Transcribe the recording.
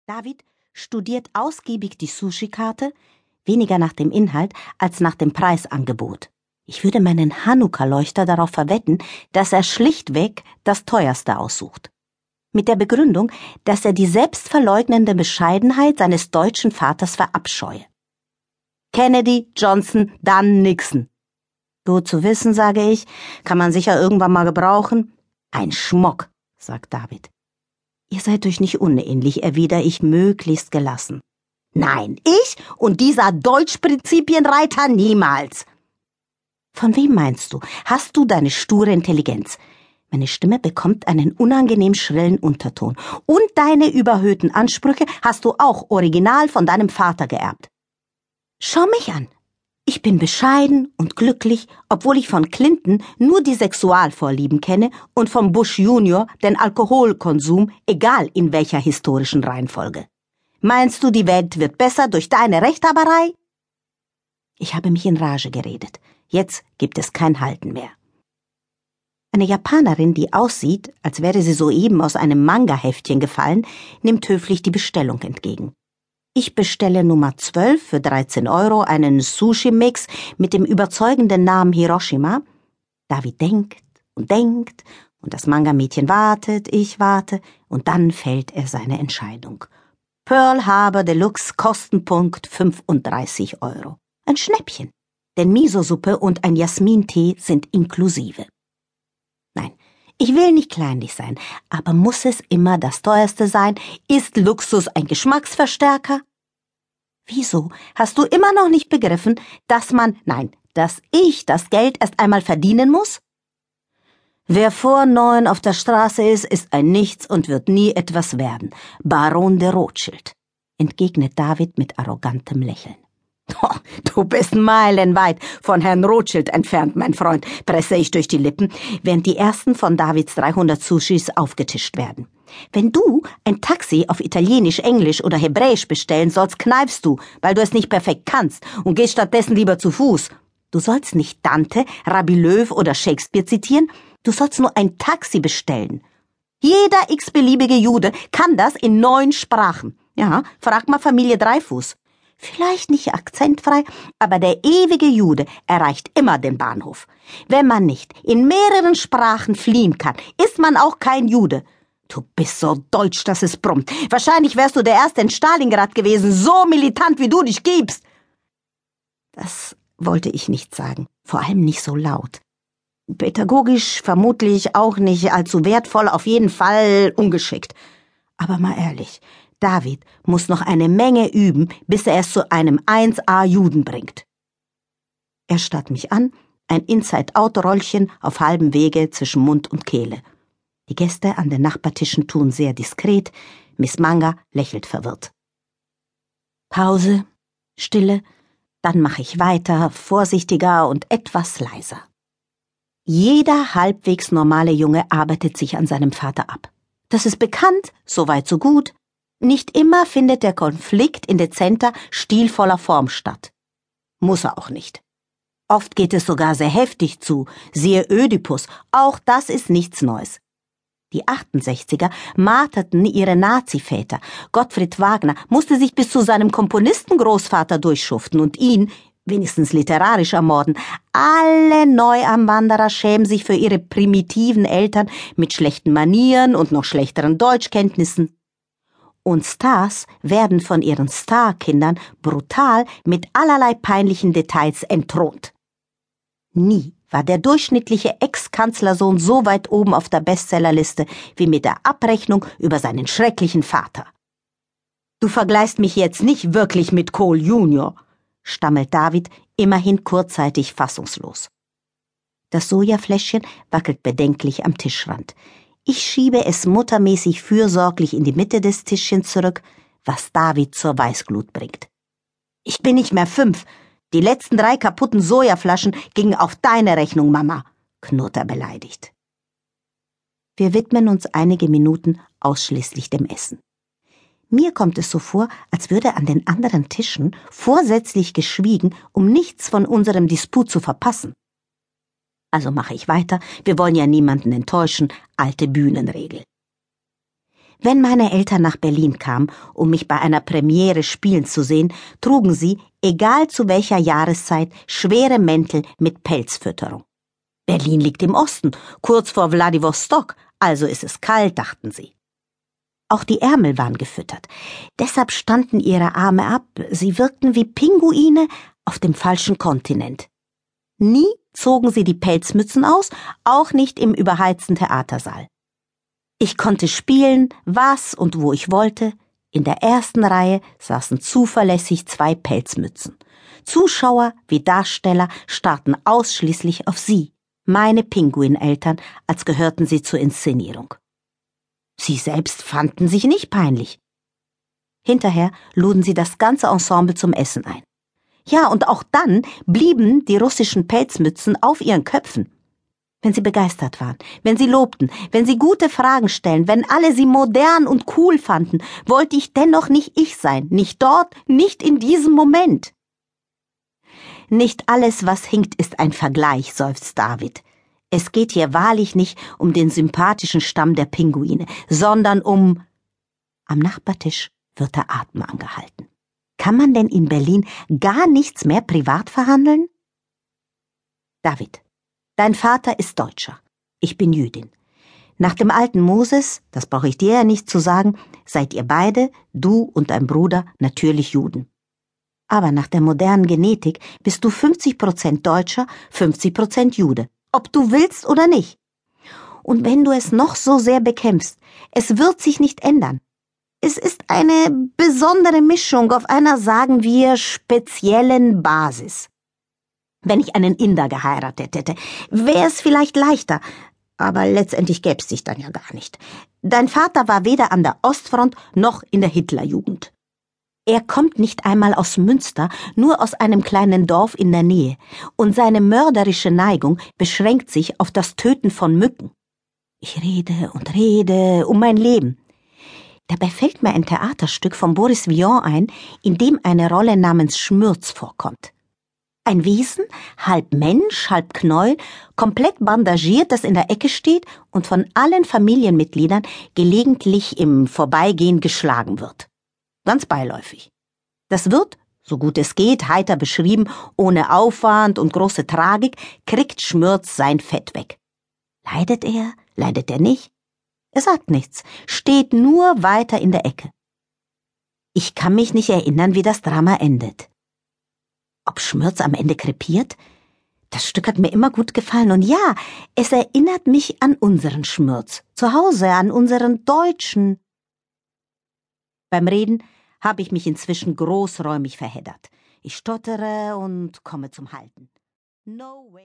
David studiert ausgiebig die Sushi-Karte, weniger nach dem Inhalt als nach dem Preisangebot. Ich würde meinen Hanukkah-Leuchter darauf verwetten, dass er schlichtweg das teuerste aussucht. Mit der Begründung, dass er die selbstverleugnende Bescheidenheit seines deutschen Vaters verabscheue. Kennedy, Johnson, dann Nixon. Gut zu wissen, sage ich, kann man sicher irgendwann mal gebrauchen. Ein Schmock, sagt David. Ihr seid euch nicht unähnlich, erwidere ich möglichst gelassen. Nein, ich und dieser Deutschprinzipienreiter niemals. Von wem meinst du? Hast du deine sture Intelligenz? Meine Stimme bekommt einen unangenehm schrillen Unterton. Und deine überhöhten Ansprüche hast du auch original von deinem Vater geerbt. Schau mich an. Ich bin bescheiden und glücklich, obwohl ich von Clinton nur die Sexualvorlieben kenne und vom Bush Junior den Alkoholkonsum, egal in welcher historischen Reihenfolge. Meinst du, die Welt wird besser durch deine Rechthaberei? Ich habe mich in Rage geredet. Jetzt gibt es kein Halten mehr. Eine Japanerin, die aussieht, als wäre sie soeben aus einem Manga-Heftchen gefallen, nimmt höflich die Bestellung entgegen. Ich bestelle Nummer 12 für 13 €, einen Sushi-Mix mit dem überzeugenden Namen Hiroshima. David denkt und das Manga-Mädchen wartet, ich warte, und dann fällt er seine Entscheidung. Pearl Harbor Deluxe, Kostenpunkt 35 €. Ein Schnäppchen, denn Miso-Suppe und ein Jasmintee sind inklusive. Nein, ich will nicht kleinlich sein, aber muss es immer das teuerste sein? Ist Luxus ein Geschmacksverstärker? Wieso hast du immer noch nicht begriffen, dass ich das Geld erst einmal verdienen muss? Wer vor 9 auf der Straße ist ein Nichts und wird nie etwas werden. Baron de Rothschild, entgegnet David mit arrogantem Lächeln. Oh, du bist meilenweit von Herrn Rothschild entfernt, mein Freund, presse ich durch die Lippen, während die ersten von Davids 300 Sushis aufgetischt werden. Wenn du ein Taxi auf Italienisch, Englisch oder Hebräisch bestellen sollst, kneifst du, weil du es nicht perfekt kannst und gehst stattdessen lieber zu Fuß. Du sollst nicht Dante, Rabbi Löw oder Shakespeare zitieren, du sollst nur ein Taxi bestellen. Jeder x-beliebige Jude kann das in 9 Sprachen. Ja, frag mal Familie Dreifuß. Vielleicht nicht akzentfrei, aber der ewige Jude erreicht immer den Bahnhof. Wenn man nicht in mehreren Sprachen fliehen kann, ist man auch kein Jude. Du bist so deutsch, dass es brummt. Wahrscheinlich wärst du der Erste in Stalingrad gewesen, so militant, wie du dich gibst. Das wollte ich nicht sagen, vor allem nicht so laut. Pädagogisch vermutlich auch nicht allzu wertvoll, auf jeden Fall ungeschickt. Aber mal ehrlich, David muss noch eine Menge üben, bis er es zu einem 1A-Juden bringt. Er starrt mich an, ein Inside-Out-Rollchen auf halbem Wege zwischen Mund und Kehle. Die Gäste an den Nachbartischen tun sehr diskret, Miss Manga lächelt verwirrt. Pause, Stille, dann mache ich weiter, vorsichtiger und etwas leiser. Jeder halbwegs normale Junge arbeitet sich an seinem Vater ab. Das ist bekannt, so weit so gut. Nicht immer findet der Konflikt in dezenter, stilvoller Form statt. Muss er auch nicht. Oft geht es sogar sehr heftig zu, siehe Ödipus, auch das ist nichts Neues. Die 68er marterten ihre Nazi-Väter. Gottfried Wagner musste sich bis zu seinem Komponistengroßvater durchschuften und ihn, wenigstens literarisch, ermorden. Alle Neuanwanderer schämen sich für ihre primitiven Eltern mit schlechten Manieren und noch schlechteren Deutschkenntnissen. Und Stars werden von ihren Starkindern brutal mit allerlei peinlichen Details entthront. Nie war der durchschnittliche Ex-Kanzlersohn so weit oben auf der Bestsellerliste wie mit der Abrechnung über seinen schrecklichen Vater. Du vergleichst mich jetzt nicht wirklich mit Kohl Junior, stammelt David, immerhin kurzzeitig fassungslos. Das Sojafläschchen wackelt bedenklich am Tischrand. Ich schiebe es muttermäßig fürsorglich in die Mitte des Tischchens zurück, was David zur Weißglut bringt. Ich bin nicht mehr 5. Die letzten 3 kaputten Sojaflaschen gingen auf deine Rechnung, Mama, knurrt er beleidigt. Wir widmen uns einige Minuten ausschließlich dem Essen. Mir kommt es so vor, als würde an den anderen Tischen vorsätzlich geschwiegen, um nichts von unserem Disput zu verpassen. Also mache ich weiter, wir wollen ja niemanden enttäuschen, alte Bühnenregel. Wenn meine Eltern nach Berlin kamen, um mich bei einer Premiere spielen zu sehen, trugen sie, egal zu welcher Jahreszeit, schwere Mäntel mit Pelzfütterung. Berlin liegt im Osten, kurz vor Wladiwostok, also ist es kalt, dachten sie. Auch die Ärmel waren gefüttert. Deshalb standen ihre Arme ab, sie wirkten wie Pinguine auf dem falschen Kontinent. Nie zogen sie die Pelzmützen aus, auch nicht im überheizten Theatersaal. Ich konnte spielen, was und wo ich wollte. In der ersten Reihe saßen zuverlässig 2 Pelzmützen. Zuschauer wie Darsteller starrten ausschließlich auf sie, meine Pinguineltern, als gehörten sie zur Inszenierung. Sie selbst fanden sich nicht peinlich. Hinterher luden sie das ganze Ensemble zum Essen ein. Ja, und auch dann blieben die russischen Pelzmützen auf ihren Köpfen. Wenn sie begeistert waren, wenn sie lobten, wenn sie gute Fragen stellen, wenn alle sie modern und cool fanden, wollte ich dennoch nicht ich sein, nicht dort, nicht in diesem Moment. Nicht alles, was hinkt, ist ein Vergleich, seufzt David. Es geht hier wahrlich nicht um den sympathischen Stamm der Pinguine, sondern um... Am Nachbartisch wird der Atem angehalten. Kann man denn in Berlin gar nichts mehr privat verhandeln? David, dein Vater ist Deutscher. Ich bin Jüdin. Nach dem alten Moses, das brauche ich dir ja nicht zu sagen, seid ihr beide, du und dein Bruder, natürlich Juden. Aber nach der modernen Genetik bist du 50% Deutscher, 50% Jude. Ob du willst oder nicht. Und wenn du es noch so sehr bekämpfst, es wird sich nicht ändern. Es ist eine besondere Mischung auf einer, sagen wir, speziellen Basis. Wenn ich einen Inder geheiratet hätte, wäre es vielleicht leichter, aber letztendlich gäbe es dich dann ja gar nicht. Dein Vater war weder an der Ostfront noch in der Hitlerjugend. Er kommt nicht einmal aus Münster, nur aus einem kleinen Dorf in der Nähe, und seine mörderische Neigung beschränkt sich auf das Töten von Mücken. Ich rede und rede um mein Leben. Dabei fällt mir ein Theaterstück von Boris Vian ein, in dem eine Rolle namens Schmürz vorkommt. Ein Wesen, halb Mensch, halb Knäuel, komplett bandagiert, das in der Ecke steht und von allen Familienmitgliedern gelegentlich im Vorbeigehen geschlagen wird. Ganz beiläufig. Das wird, so gut es geht, heiter beschrieben, ohne Aufwand und große Tragik, kriegt Schmürz sein Fett weg. Leidet er? Leidet er nicht? Er sagt nichts, steht nur weiter in der Ecke. Ich kann mich nicht erinnern, wie das Drama endet. Ob Schmürz am Ende krepiert? Das Stück hat mir immer gut gefallen und ja, es erinnert mich an unseren Schmürz, zu Hause, an unseren Deutschen. Beim Reden habe ich mich inzwischen großräumig verheddert. Ich stottere und komme zum Halten. No way.